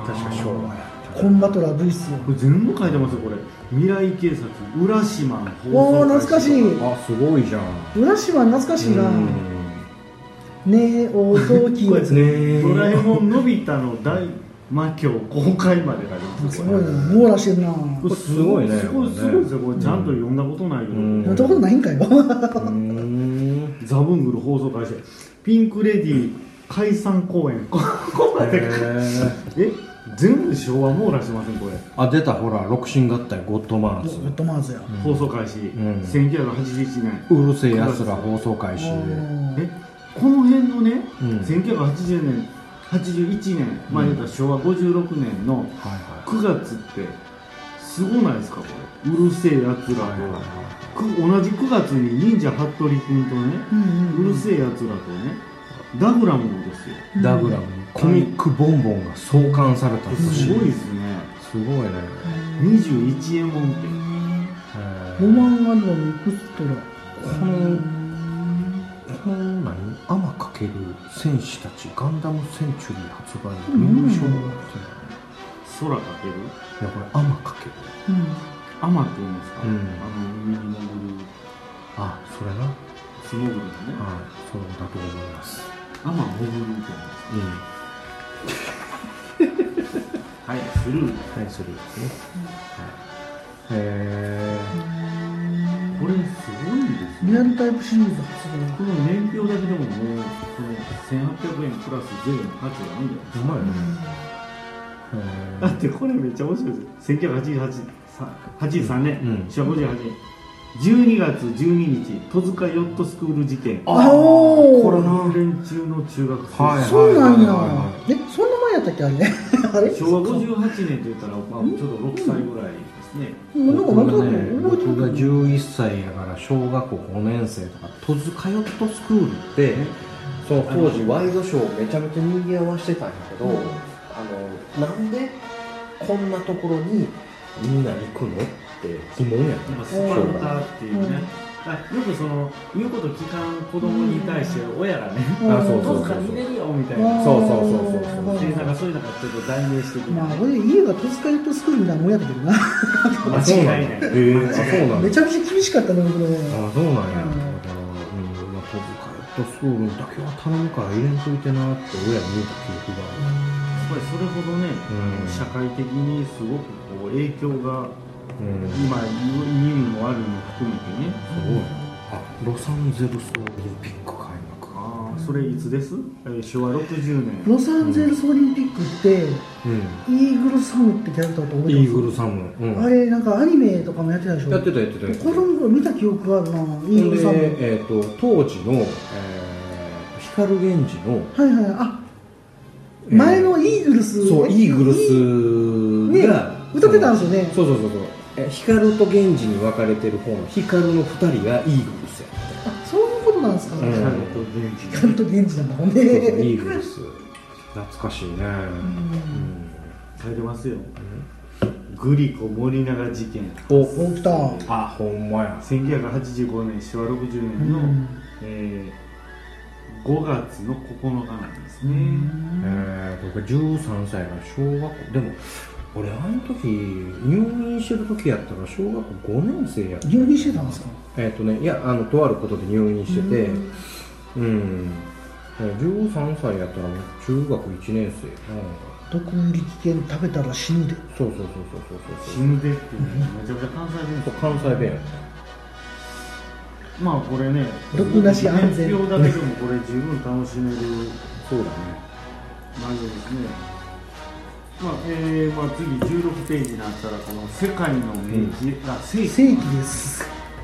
確か昭和やコンバトラー V っすよ。 これ全部書いてますよこれ。未来警察浦島おお懐かしい。 あすごいじゃん。 浦島懐かしいな。ねえ大時これねドラえもんのび太の大魔境公開までがあります。 すごいな網羅してるな。 すごいね。 すごいすごいですよこれ。ちゃんと読んだことないけど読んだことないんかよ。 ザブングル放送開始ピンクレディー解散公演ここまでえ全部昭和網羅してませんこれ。 あ出たほら六神合体ゴッドマーズゴッドマーズや、 うん、放送開始、うん、せんきゅうひゃくはちじゅういちねんうるせえやつら放送開始でえこの辺のね、うん、せんきゅうひゃくはちじゅうねんはちじゅういちねん、まあ言うたらしょうわごじゅうろくねんのくがつってすごないですかこれ。うるせえやつらと同じくがつに忍者服部君とね、うんうん、うるせえやつらとねダグラムですよ、 うん、ダグラムコミックボンボンが創刊された年。 すごいですね。 すごいね。 にじゅういちえんもんってロマンアルバムエクストラこのこの何天かける戦士たちガンダムセンチュリー発売の優勝って空かけるいやこれ天かける天って言うんですか、うん、あの海に潜るあそれなスモグルのねあそうだと思います。 天潜るみたいなはいスルーはいスルーですね、うん、はい、へーこれすごいですね。 リアルタイプシリーズ発売。 この年表だけでももうそのせんはっぴゃくえんプラス税の価値があるんじゃないですか。うまいね。だってこれめっちゃ面白いですよ。せんきゅうひゃくはちじゅうはち、はちじゅうさんねん、しわごじゅうはちねんじゅうにがつじゅうににち戸塚ヨットスクール事件。 ああこれな連中の中学生、 はいそうなんや。えそんな前やったっけあれあれしょうわごじゅうはちねんって言ったら、まあ、ちょうどろくさいぐらいですね。 なんか僕がね僕がじゅういっさいやから小学校ごねんせいとか戸塚ヨットスクールってその当時ワイドショーめちゃめちゃ賑わしてたんやけど、あのなんでこんなところにみんな行くのって疑問やった。 スパルタっていうね、あよくその言うこと聞かん子供に対して親がね、 あそうそうそう戸塚に入れるよみたいな、 そうそうそうそうでなんかそういうのがちょっと代名詞的な、 まあ俺家が戸塚ヨットスクールみたいなもんやったけどな間違いない。 へえあそうなんだ。 めちゃめちゃ厳しかったね僕ね。 あそうなんや。だからうんまあ戸塚ヨットスクールだけは頼むから入れんといてなって親に言うた記憶がある。 やっぱりそれほどね、 うん社会的にすごくこう影響が、 うん今意味もあるのも含めてね。 すごい。あロサンゼルスオリンピック開幕。 ああそれいつです？えー昭和ろくじゅうねん。 ロサンゼルスオリンピックって、 うんイーグルサムってキャラクターと覚えてます？ イーグルサム、うん、 あれなんかアニメとかもやってたでしょ。 やってたやってたやってた。 子供の頃見た記憶があるなイーグルサム。 で、えー、と当時の、えー、光源氏のはいはいあ、えー、前のイーグルスそうイーグルスが、 ね、歌ってたんですよね。 そうそうそうそうえ光と源氏に分かれてる方の光のふたりがイーグルスやった。 あそういうことなんですか。 うん、 光と源氏なんだもんね。 イーグルス懐かしいね。うん、 書いてますよ、うん、グリコ森永事件。 おお来た。 あほんまや。 せんきゅうひゃくはちじゅうごねん昭和ろくじゅうねんの、うんえー、ごがつのここのかなんですね。 えー、僕じゅうさんさいから小学校でも俺あの時入院してる時やったら小学校ごねんせいやった。 入院してたんですか。 えっ、ー、とねいやあのとあることで入院しててうん、うん、じゅうさんさいやったらもう中学いちねんせいやな。 毒入り危険食べたら死ぬで。 そうそうそうそうそう死ぬでっていうね、めちゃくちゃ関西弁そう関西弁や。 まあこれね毒なし安全年表だけでもこれ十分楽しめるそうだね内容ですね。まあえーまあ、次じゅうろくページになったらこの世界の明治、うん、あ世紀世紀です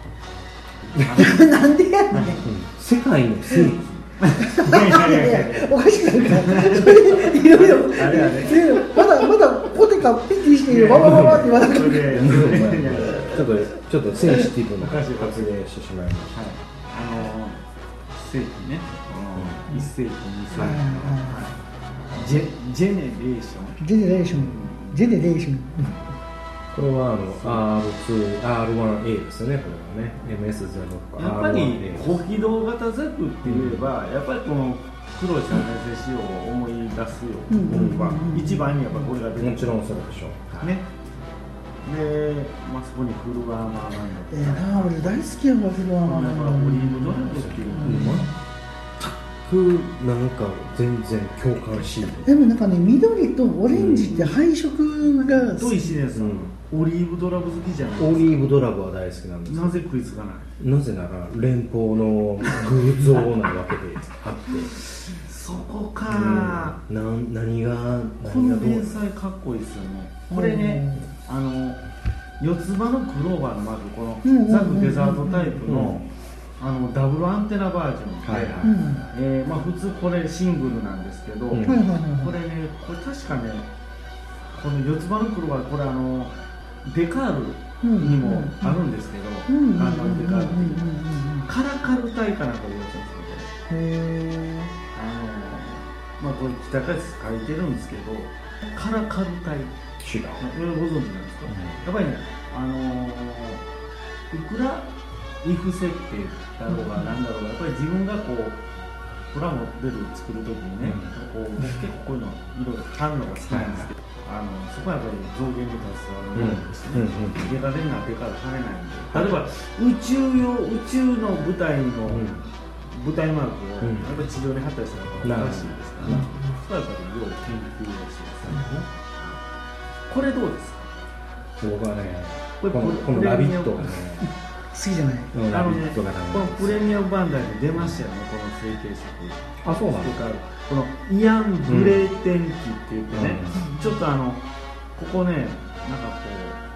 なんでやねん、うん、 世界の世紀いやいやいやおかしくないかいろいろあれあれまだまだポテカピッチしているわわわわって言わなくてちょっとちょっとセンシティブな発言してしまいました、はい、 あの世紀ね、うん、いっせいきにせいき、はいジェ、ジェネレーションジェネレーションジェネレーションこれはあの アールツー、アールワンエー ですよねこれはね エムエスゼロ とかやっぱり高機動型ザクって言えば、うん、やっぱりこの黒石の先生仕様を思い出すよ、うん、僕は一番にやっぱこれが出てくる。 もちろんそうでしょうね。で、まあ、そこにフルアーマーランドええなあ俺大好きやわフルアーマーランド。 オリーブドラゴンっていうのは、 なんか全然共感しい。 でもなんかね緑とオレンジって配色がと石田さん、オリーブドラブ好きじゃないですか。 オリーブドラブは大好きなんです。 なぜ食いつかない？ なぜなら連邦の偶像なわけであってそこか、 うん、な何がこの連載かっこいいですよね。これね、あの四つ葉のクローバーのまずこのザクデザートタイプのあのダブルアンテナバージョンで、はいはいえーまあ、普通これシングルなんですけど、うん、これねこれ確かねこの四つ葉のクローバーこれあのデカールにもあるんですけど、あのデカールっていうカラカルタイかなんかでやってますよね。あのまあこれ北海道書いてるんですけどカラカルタイ違うこれご存知なんですか、うん、やっぱりねあのいくらイフ設定だろうがなんだろうがやっぱり自分がこうプラモデル作るときにね、うん、こう僕結構こういうのいろいろ買うのが好きなんですけど、あのそこはやっぱり増減に携わるものですね。デカデカなデカで買えないんで、例えば宇宙用宇宙の舞台の舞台マークをやっぱり地上に貼ったりしたらおかしいですから、ね、そこはやっぱり要研究をしてくださいね。これどうですか？ 僕はね、このこのラビットがね。 好きじゃない。 あのね、このプレミアムバンダイで出ましたよね、この成形色。 あ、そうなんですか。 このイアン・ブレーテン機って言ってね、うん、ちょっとあのここね、なんかこ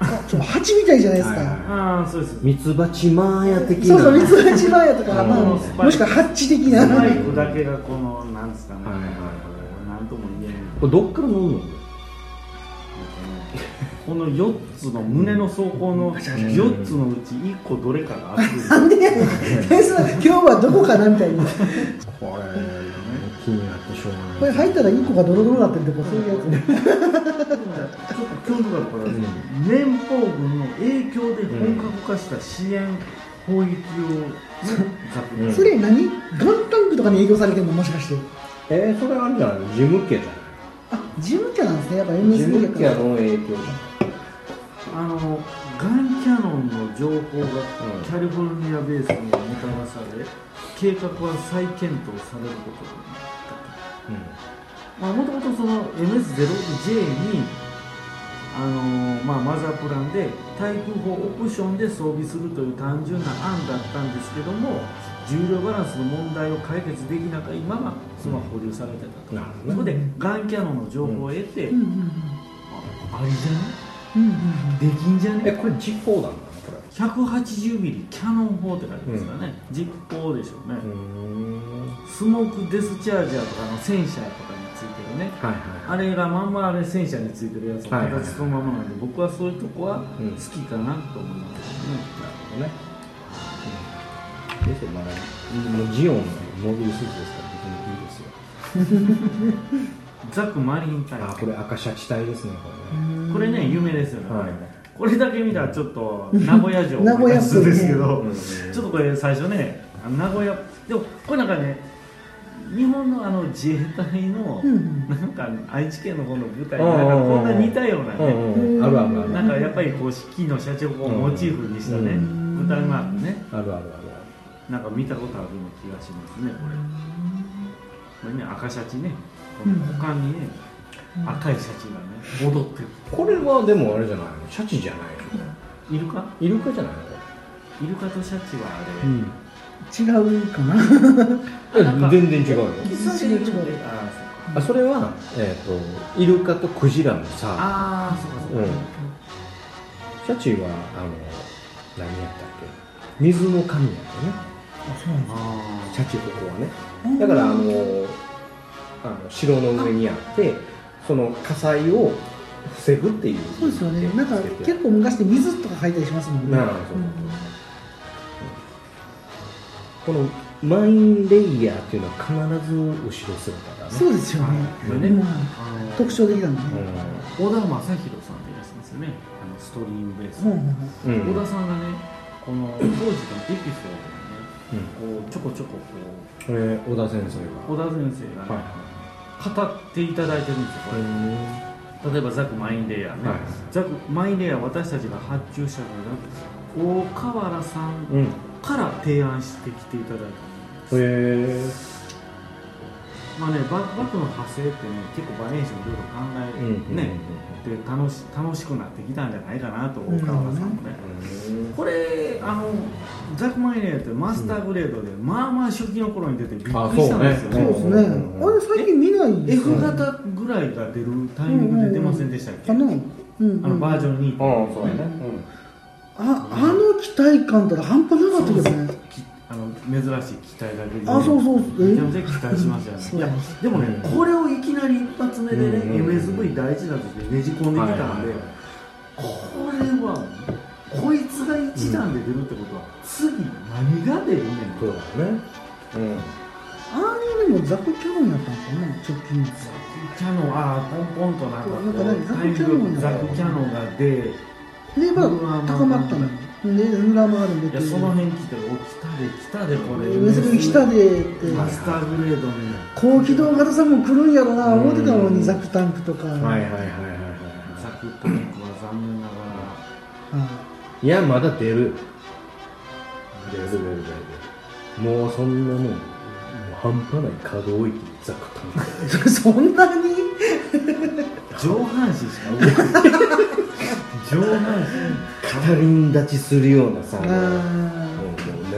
ハチみたいじゃないですか。 ああ、そうです。 ミツバチマーヤ的な。 そうそう、ミツバチマーヤとか、まあ、もしくはハッチ的な。 スパイクだけがこの、なんですかね。なんとも言えない。 これどっから乗るの？ このよっつの胸の走行のよっつのうちいっこどれかが熱い。 なんでやねん。今日はどこかなみたいな。 これ気になってしょうがない。 これ入ったらいっこがドロドロなってるとかそういうやつね。 ちょっと興味があるから、連邦軍の影響で本格化した支援砲撃を、 それ何？ガンタンクとかに影響されてるのもしかして？ えー、それあるんじゃないの？ジム家じゃない？ あ、ジム家なんですね。やっぱ エムエスビージム家の影響じゃない。 あのガンキャノンの情報がキャリフォルニアベースにもたらされ、計画は再検討されることになったと。もともとその エムエスゼロジェイ にあのーまあ、マザープランで対空砲オプションで装備するという単純な案だったんですけども、重量バランスの問題を解決できなかったままその保留されてたと、うん、そこでガンキャノンの情報を得て、うんうんうん、あ, ありじゃね、うんうん、できんじゃね。 え、これ実砲なんだな、これひゃくはちじゅうミリキャノン砲って書いてますからね、うん、実砲でしょうね。うスモークデスチャージャーとかの戦車とかについてるね、はいはいはい、あれがまんまあれ戦車についてるやつの形そのままなんで、僕はそういうとこは好きかなと思いますね、うん、なるほどね。 ですよ、まだもうジオンのモビルスーツですから別にいいですよ。 ザクマリン隊。 あ、これ赤シャチ隊ですね、これね。 これね、有名ですよね、はい、これだけ見たらちょっと名古屋城名古屋市ですけど、ちょっとこれ最初ね、名古屋でもこれなんかね、日本のあの自衛隊の、うん、なんか愛知県の方の舞台になんかこんな似たようなね、 あるあるある、 なんかやっぱりこう木の社長をモチーフにしたね、舞台マークね、 あるあるある、 なんか見たことあるような気がしますね、これ。これね、赤シャチね、この股間にね、うん、赤いシャチがね、踊ってる。 これはでもあれじゃないの、シャチじゃないの？ イルカ？ イルカじゃないの？ イルカとシャチはあれ、うん、 違うかな。 全然違うよ。 全然違う。 あ、それは、えーと、イルカとクジラのさ、 ああ、そうかそうか、うん、 シャチはあの何やったっけ、水の神やったね。 あ、そうなんですか。シャチここはね。だからあのあの城の上にあって、その火災を防ぐっていう。 そうですよね。なんか結構昔って水とか書いたりしますもんね。なるほど。 このマインレイヤーっていうのは必ず後ろ姿だね。 そうですよね。特徴的なんでね。 小田正弘さんでいらっしゃいますよね。あのストリームベース。小田さんがね、この当時のエピソードをね、こうちょこちょここう、 えー、小田先生が小田先生がね、はいはい、語っていただいてるんですよ、これ。例えばザクマインレイヤーね、はい、ザクマインレイヤー私たちが発注したのが大河原さんから提案してきていただいたんです。へー。まあね、バックの派生ってね、結構バリエーションいろいろ考えて、うんうん、ね、で楽し楽しくなってきたんじゃないかなと、大河原さんもね、うん、これあのザクマインレイヤーってマスターグレードで、うん、まあまあ初期の頃に出てびっくりしたんですよね。 そうですね。あれ最近見ないんですよ。F 型ぐらいが出るタイミングで出ませんでしたっけ？あの、うんうん、あのバージョンに。ああ、そうやね。 うん、あ、あの期待感って半端なかったけどね。 あの珍しい期待が出る、ね、 あ、そうそう、 めちゃめちゃ期待しましたよね。いやでもね、うん、これをいきなり一発目でね、うん、エムエスブイ 第一弾としてねじ込んできたんで、はいはいはい、これはこいつが一弾で出るってことは、うん、次何が出るねん。 そうだね。うん。 あれでもザクキャノンやったんかな、直近。ザクキャノン、ああポンポンとなんかこうザクキャノンザクキャノンが出。 で、まあ高まったの。で、ヌラマールで、その辺来て、お、来たで、来たで、これ。 上杉来たでって。 マスターグレードに。 高機動型さんも来るんやろな、思ってたのに、ザクタンクとか。はいはいはいはい。 ザクタンクは残念ながら。 いや、まだ出る。出る出る出る。もうそんなもん、もう半端ない可動域ザクタンク。 そんなに上半身しか動いてない。上半身片輪立ちするようなさ、もう何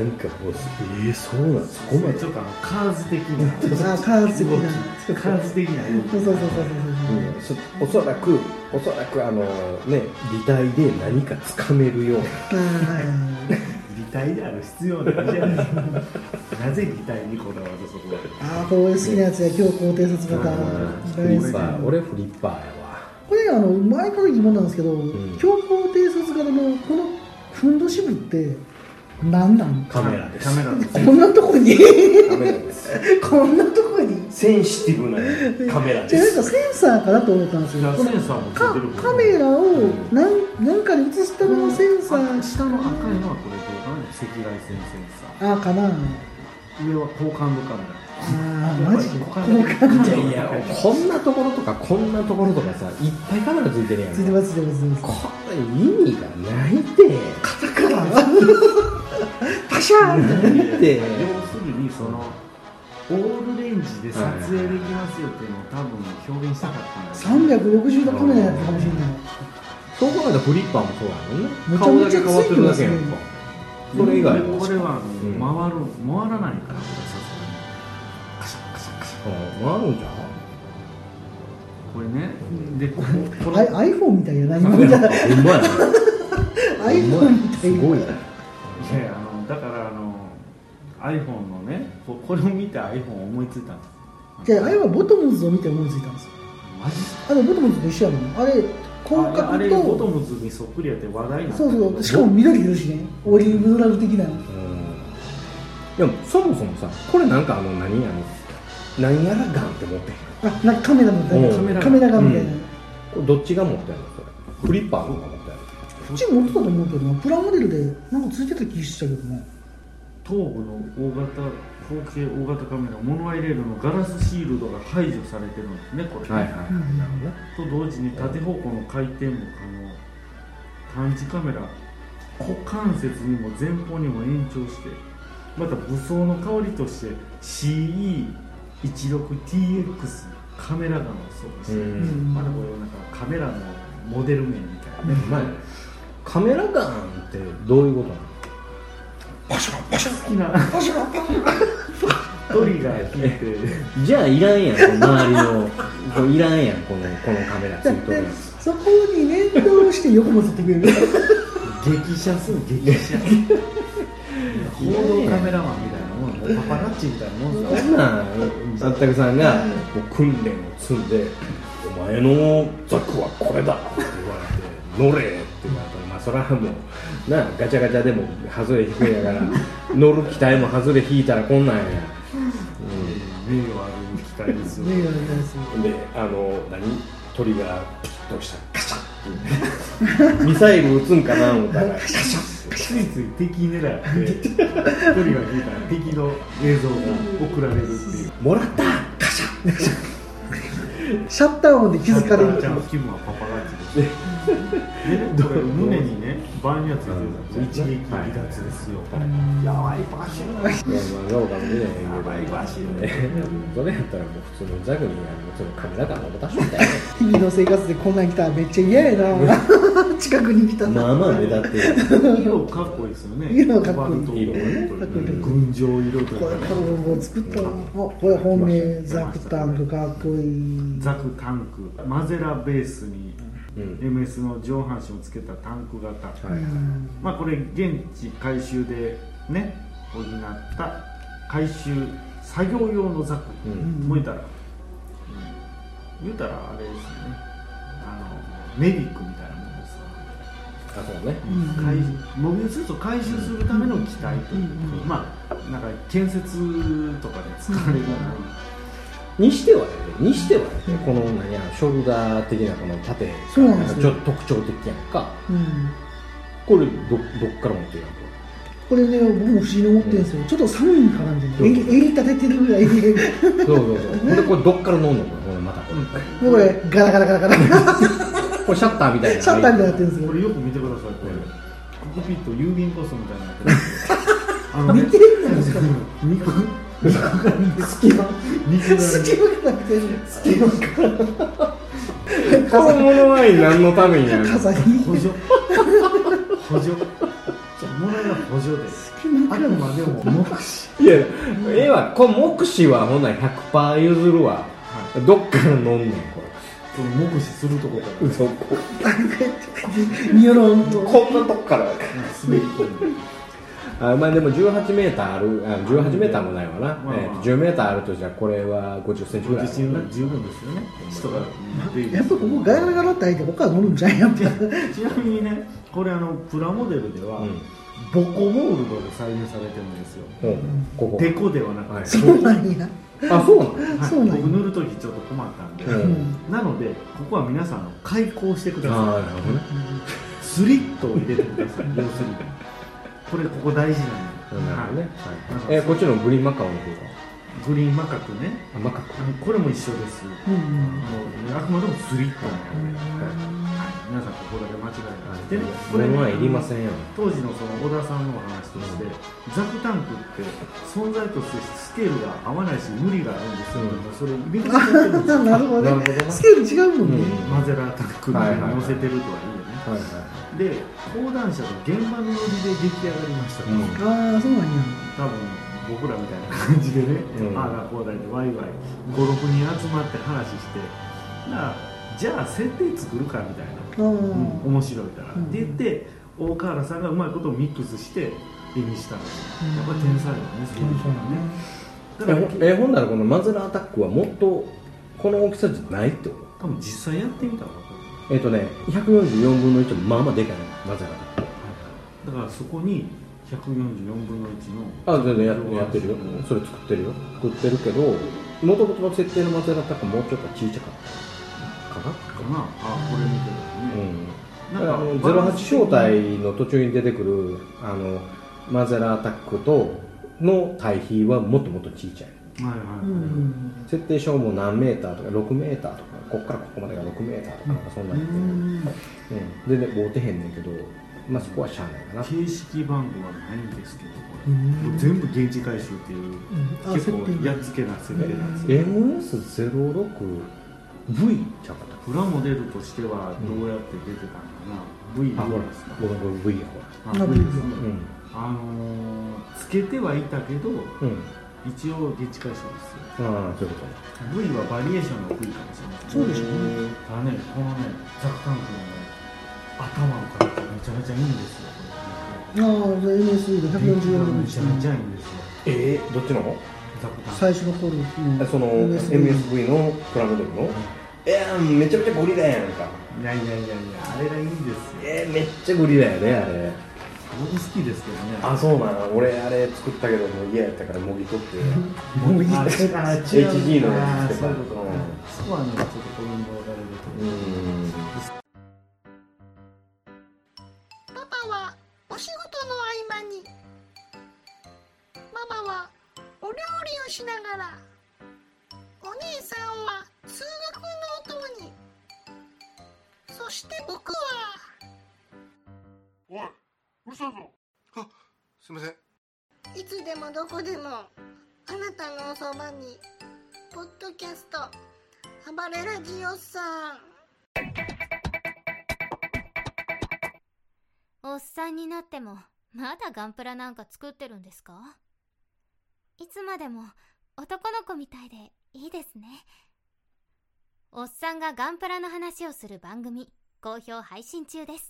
なんかもうえー、そうなん、そこまでちょっとあのカーズ的なあ、カーズ的な。 カーズ的なそうそうそうそうそう、おそらくおそらくあのね擬態で何かつかめるような擬態である必要ないじゃないですか。なぜ擬態にこだわるそこああ、これ好きなやつや、今日高低節型。 フリッパー、俺フリッパーやわ。 これあの前から疑問なんですけど、 ん、 強行低速型のこのふんどし部って何なん？ カメラです。 カメラです。 こんなとこにカメラです。 こんなとこにセンシティブなカメラです。 じゃなんかセンサーかなと思ったんですよ。 センサーもついてるカメラをなんなんかに映すためのセンサー。 下の赤いのはこれどうかな、赤外線センサー。 ああかな。 上は高感度カメラ。 ああマジで。高感度。 いやいや、こんなところとかこんなところとかさ、いっぱいカメラついてるやん。 ついてますついてますついてます。 これ意味がないって。 カタカナ。パシャーンって。 要するにそのオールレンジで撮影できますよっていうのを多分表現したかったんです。 さんびゃくろくじゅうどカメラやったかもしれない。 そう考えたらフリッパーもそうやもんね。 めちゃめちゃ顔だけ変わってるだけやんか。それ以外はこれは回る、回らないからさすがにカシャカシャカシャ回るんじゃん。 これね、でここれ iPhone みたいやな今みたいな。 ほんまやな。 iPhone みたいな。 すごいな。 いやあのだからあの iPhone のね、ここれを見て iPhone を思いついたんです。 じゃああれはボトムズを見て思いついたんですよ。 マジあれボトムズと一緒やもん。あれ広角とあれボトムズにそっくりやって話題になった。 そうそう、しかも緑いるしね、オリーブドラグ的な。 でもそもそもさ、これなんかあの何やの何やらガンって持ってへん。 あ、なんかカメラみたいな、カメラカメラガンみたいな、 うん、どっちが持ってんのそれ。フリッパーの方が持ってんの。 こっち持ってたと思うけどな、プラモデルでなんかついてた気したけどね。 頭部の大型高系大型カメラ、モノアイレールのガラスシールドが排除されてるんですね、これ、ね。はいはいはい、なるほど。と同時に縦方向の回転も可能、探知カメラ、股関節にも前方にも延長して、また武装の代わりとして シーイーじゅうろくティーエックス カメラガンをそうです、うん、まだこれなんかカメラのモデル名みたいな、ね、 うん、まあ、カメラガンってどういうことなの？ パシャパシャ好きなパシャトリガー引いてじゃあいらんやん、周りのこれいらんやん、このこのカメラついとるやん。 そこに連動して横も撮ってくれる。 激写する激写報道カメラマンみたいなもん、もうパパラッチみたいなもんですよ。 そんなんあったくさんがもう訓練を積んで、お前のザクはこれだって言われて乗れって言われたら、まあそれはもうなガチャガチャでも外れ引くんやから乗る機体も外れ引いたらこんなんや。 名誉ある機体ですよ。 名誉あるですよ。 で、あの何鳥がピッとしたカシャッってミサイル撃つんかな思ったらカシャッついつい敵狙って鳥が引いたら敵の映像が送られるっていう。 もらったカシャッシャッター音で気づかれる。 ちゃん気分はパパラッチです。でね、これ胸にね、バーニャついてるんですよ。一撃離脱ですよ。やばいバシュー。 まあまあどうかもしれないけど、やばいバシュー。それやったらもう普通のザクにあのそのカメラ感を持たしとったよね。 日々の生活でこんなん来たらめっちゃ嫌やな。近くに来たまあまあ目立ってる。 色かっこいいですよね。 色かっこいい。 色ね。群青色とか。 これこれも作ったの。これ本命ザクタンクかっこいい。 ザクタンク、マゼラベースに。うん、エムエス の上半身をつけたタンク型、はいはい、まあこれ現地回収でね補った回収作業用のザク、うん、もう言ったら、うん、言うたらあれですよね、あのメディックみたいなものですあそうね、 うん、回モビルスーツを回収するための機体という、うん、まあなんか建設とかで使われるような、 にしてはね、にしてはね、うん、この何やショルダー的なこの縦がちょっと特徴的やんか、うん、これ ど, どっから持ってるやんかこれね、僕も不思議に思ってるんですよ、うん、ちょっと寒いんかなみたいな、襟立ててるぐらいでそうそうそうこれこれどっから飲んのこれまたこれこれガラガラガラガラこれシャッターみたいなシャッターみたいになってるんですよこれよく見てくださいこれコックピット郵便ポストみたいになってるあの、ね、見てるんですか肉肉が隙間肉が隙間がなくて隙間からこのものは何のためにやる傘に補助補助物の補助で隙間あくまでも目視いやええわこの目視はほんなら ひゃくパーセント 譲るわ、はい、どっから飲んねんこれその目視するとこからそこニョロンとこんなとこから滑り込んであまあでもじゅうはちメーターあるあじゅうはちメーターもないわな、まあまあえー、じゅうメーターあるとじゃあこれはごじゅっセンチぐらい十分ですよね人がやっぱここガラガラって開いてここから乗るんじゃんやっぱちなみにねこれあのプラモデルでは、うん、ボコモールドで再現されてるんですよ、うん、ここデコではなくて、はい、 そうなんやあ、そうなの、 はい、そうなん僕塗るときちょっと困ったんで、うん、なのでここは皆さん開口してください。あ、なるほどね、スリットを入れてください要するにこれここ大事なんでなるほどね、はい、 えー、こっちのグリーンマカオの方がグリーンマカクねあマカクこれも一緒です、うんうん、あくまでもスリットなので、はい、皆さんここだけ間違いないでねこれはいりませんよ当時のその小田さんのお話として、うん、ザクタンクって存在としてスケールが合わないし無理があるんですけど、うん、それ入れてしまってるんですよなるほどねスケール違うもんね、 うん、マゼラタンクに乗せてるとはいいよね、はいはいはいで講談社の現場のノリで出来上がりました、うん、 ああそうなんや多分僕らみたいな感じでね、うん、ああ講談でワイワイご、ろくにん集まって話してなじゃあ設定作るかみたいな、うん、面白いから、うん、って言って大河原さんがうまいことをミックスして絵にしたんですよ、うん、やっぱり天才だよねそういうのねえほんならこのマゼラアタックはもっとこの大きさじゃないってこと多分実際やってみたら分かるえっ、ー、とね、ひゃくよんじゅうよんぶんのいちもまあまあでかいマゼラだ、はい、 だからそこにひゃくよんじゅうよんぶんのいちのあ全然 や, やってるよそれ作ってるよ作ってるけどもともとの設定のマゼラタックもうちょっと小さかったかなかなあこれ見てるね、 うん、なんかあのゼロはち招待の途中に出てくるあのマゼラアタックとの対比はもっともっと小さいはいはいはい、うん、設定書も何メーターとかろくメーターとかここからここまでがろくメーターとかなんかそんなに、うんうん、全然合うてへんねんけど、まあ、そこはしゃあないかな形式番号はないんですけどこれ、うん、全部現地回収っていう、うん、結構やっつけな設定なんですよ、 エムエスゼロろくブイ ちゃうかったプラモデルとしてはどうやって出てたのかな、うん、ブイあほらごめんごめん ブイ やほらブイ です、うん、あのー、つけてはいたけど、うん一応現地回収ですよ。 ああ、そういうこと。 V はバリエーションが V かもしれない。 そうでしょうね。 ただね、このね、ザクタンクのね、頭の形めちゃめちゃいいんですよ。 ああ、じゃあ エムエスイー でひゃくよんじゅうよんぶんのいちめちゃめちゃいいんですよ。 えー、どっちのザクタンク最初の頃のその エムエスブイ のプラモデルの、うん、えー、めちゃめちゃゴリラやんか。 いやいやいやいや、あれがいいんですよ。 えー、めっちゃゴリラやね、あれ。 僕好きですけどね。 あ、そうなの。俺あれ作ったけどもう嫌やったからもぎ取ってもぎ取ってエイチジー のやつつけた。そういうことね。そこはね、ちょっとコメントをられると思う。 パパはお仕事の合間に、ママはお料理をしながら、お姉さんは通学のお供に、そして僕はおい、うるさいぞ。あ、すみません。 いつでもどこでもあなたのおそばにポッドキャスト暴れラジオさん。 おっさんになってもまだガンプラなんか作ってるんですか？いつまでも男の子みたいでいいですね。おっさんがガンプラの話をする番組好評配信中です。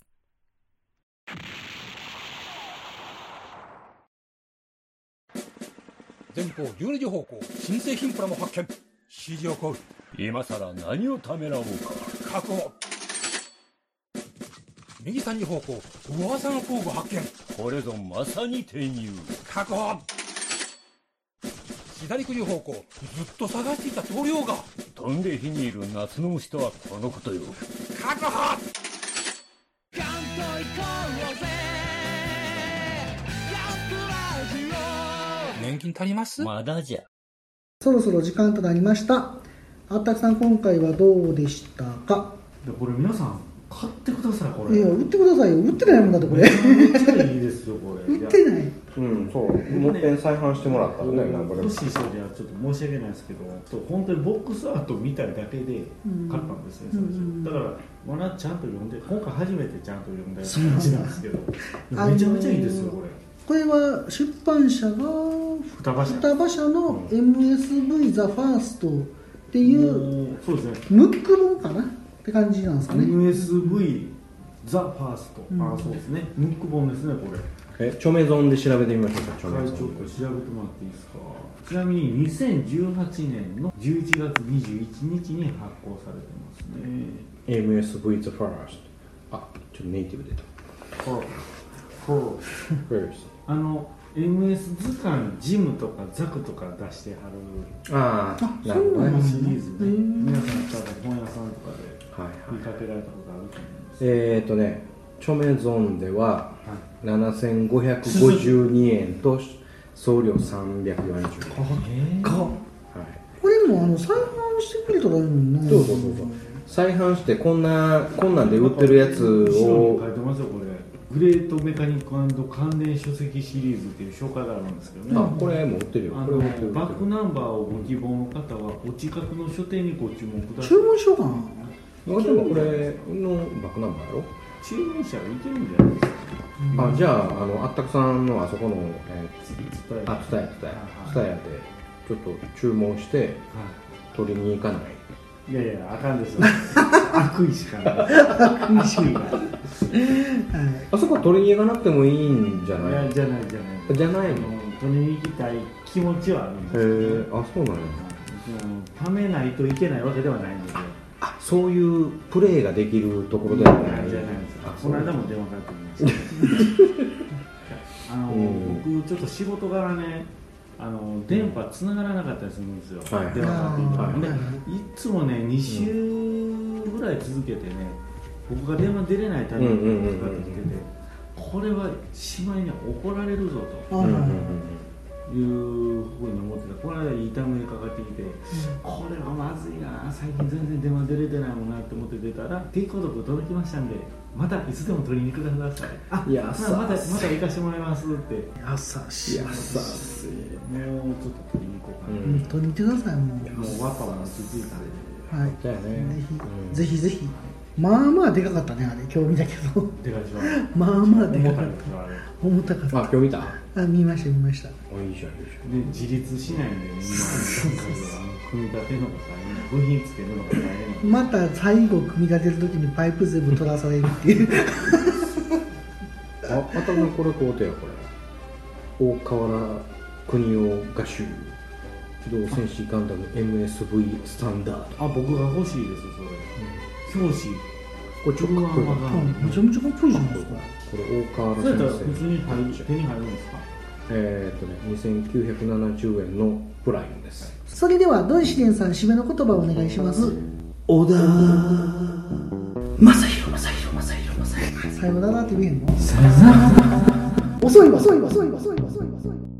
前方じゅうにじ方向新製品プラも発見。指示を行う。 今さら何をためらおうか。 確保。右さんじ方向噂の工具発見。 これぞまさに転入。 確保。左くじ方向ずっと探していた棟梁が。 飛んで火にいる夏の虫とはこのことよ。 確保。年金足ります？ まだじゃ。 そろそろ時間となりました。あったくさん今回はどうでしたか？ でこれ皆さん買ってください。これいや売ってくださいよ。売ってないもんだってこれ。 めっちゃいいですよこれ。 売ってない。 うん、そう。もう一遍再販してもらったらね。なんか欲しい人にはちょっと申し訳ないですけど、本当にボックスアート見たいだけで買ったんですよ、うん、だからまだちゃんと読んで、今回初めてちゃんと読んだ感じなんですけどめちゃめちゃいいですよこれ。 これは出版社が双葉社双葉社の エムエスブイ ザ・ファーストっていうそうですね、 ムック本かなって感じなんですかね。 エムエスブイ ザ・ファースト、 うん、 あそうですね、ムック本ですねこれ。 えチョメゾンで調べてみましょうか。チョメゾンちょっと調べてもらっていいですか。ちなみににせんじゅうはちねんのじゅういちがつにじゅういちにちに発行されてますね。 エムエスブイ ザ・ファースト。あ、ちょっとネイティブ出た。 あの エムエス 図鑑ジムとかザクとか出してはるああ、 なるほどね、シリーズね、皆さん多分本屋さんとかで見かけられたことあると思います。 えーとねチョメゾンではななせんごひゃくごじゅうにえんと送料さんびゃくよんじゅうえん。 か、はい、これもあの再販してくれたらいいのにね。 そうそうそうそう、再販してこんなこんなんで売ってるやつを後ろに書いてますよこれ。グレートメカニック&関連書籍シリーズっていう紹介があるんですけどね。 あ、これも売ってるよ。 あのこれ売ってる。 バックナンバーをご希望の方はお近くの書店にご注文ください。 注文しようかな。 でもこれのバックナンバーやろ。 注文者がいけるんじゃないですか。 あ、じゃああのあったくさんのあそこのえー、あ、ツタヤツタヤツタヤでちょっと注文して、はい、取りに行かない。 いやいや、あかんですよ。悪意しかない。悪意しかない。 あそこ取りに行かなくてもいいんじゃない？ いや、じゃないじゃない。 じゃないの？ 取りに行きたい気持ちはあるんですけど。 へえ、あ、そうなんや。 ためないといけないわけではないんですよ。 あ、そういうプレーができるところではない。 じゃないですか。この間も電話かかってきました。あの、うん、僕ちょっと仕事柄ね。あの電波つながらなかったりするんですよ、はい、電話かかってきて、はい、でいつもねに週ぐらい続けてね、僕が電話出れないタイミングでかかってきてて、これはしまいに怒られるぞと、うんいうふうに思ってた。この間いいタイミングでかかってきて、うん、これはまずいな、最近全然電話出れてないもんなって思って出たら、定期購読届きましたんでまたいつでも取りに来てください。あ、いや、またまた行かしてもらいますって。優しい。優しい。もうちょっと取りに行こうかな。うん、取りに行ってください。もう。もうワッパも落ち着いたんで。はい。じゃあね。ぜひ、ぜひぜひ。まあまあでかかったねあれ。今日見たけど。でかいでしょ。まあまあでかかった。重たかった。あ、今日見た？あ、見ました見ました。お、いいじゃんいいじゃん。で自立しないんでね。今組み立てるのが大変。部品つけるのが大変。また最後組み立てるときにパイプ全部取らされるっていう。あ、またこれ買うてやこれ。大河原国を画集機動戦士ガンダム エムエスブイ スタンダード。あ、僕が欲しいですそれ。表紙。これちょっとかっこいい。めちゃめちゃかっこいいじゃないですか。これ大河原先生。それ普通に手に入るんですか？えーっとね、にせんきゅうひゃくななじゅうえんのプライムです。それでは土井紫蓮さん締めの言葉をお願いします。小田正宏正宏正宏正宏。さよならって言えんの？さよなら。遅いわ遅いわ遅いわ遅いわ遅いわ遅いわ。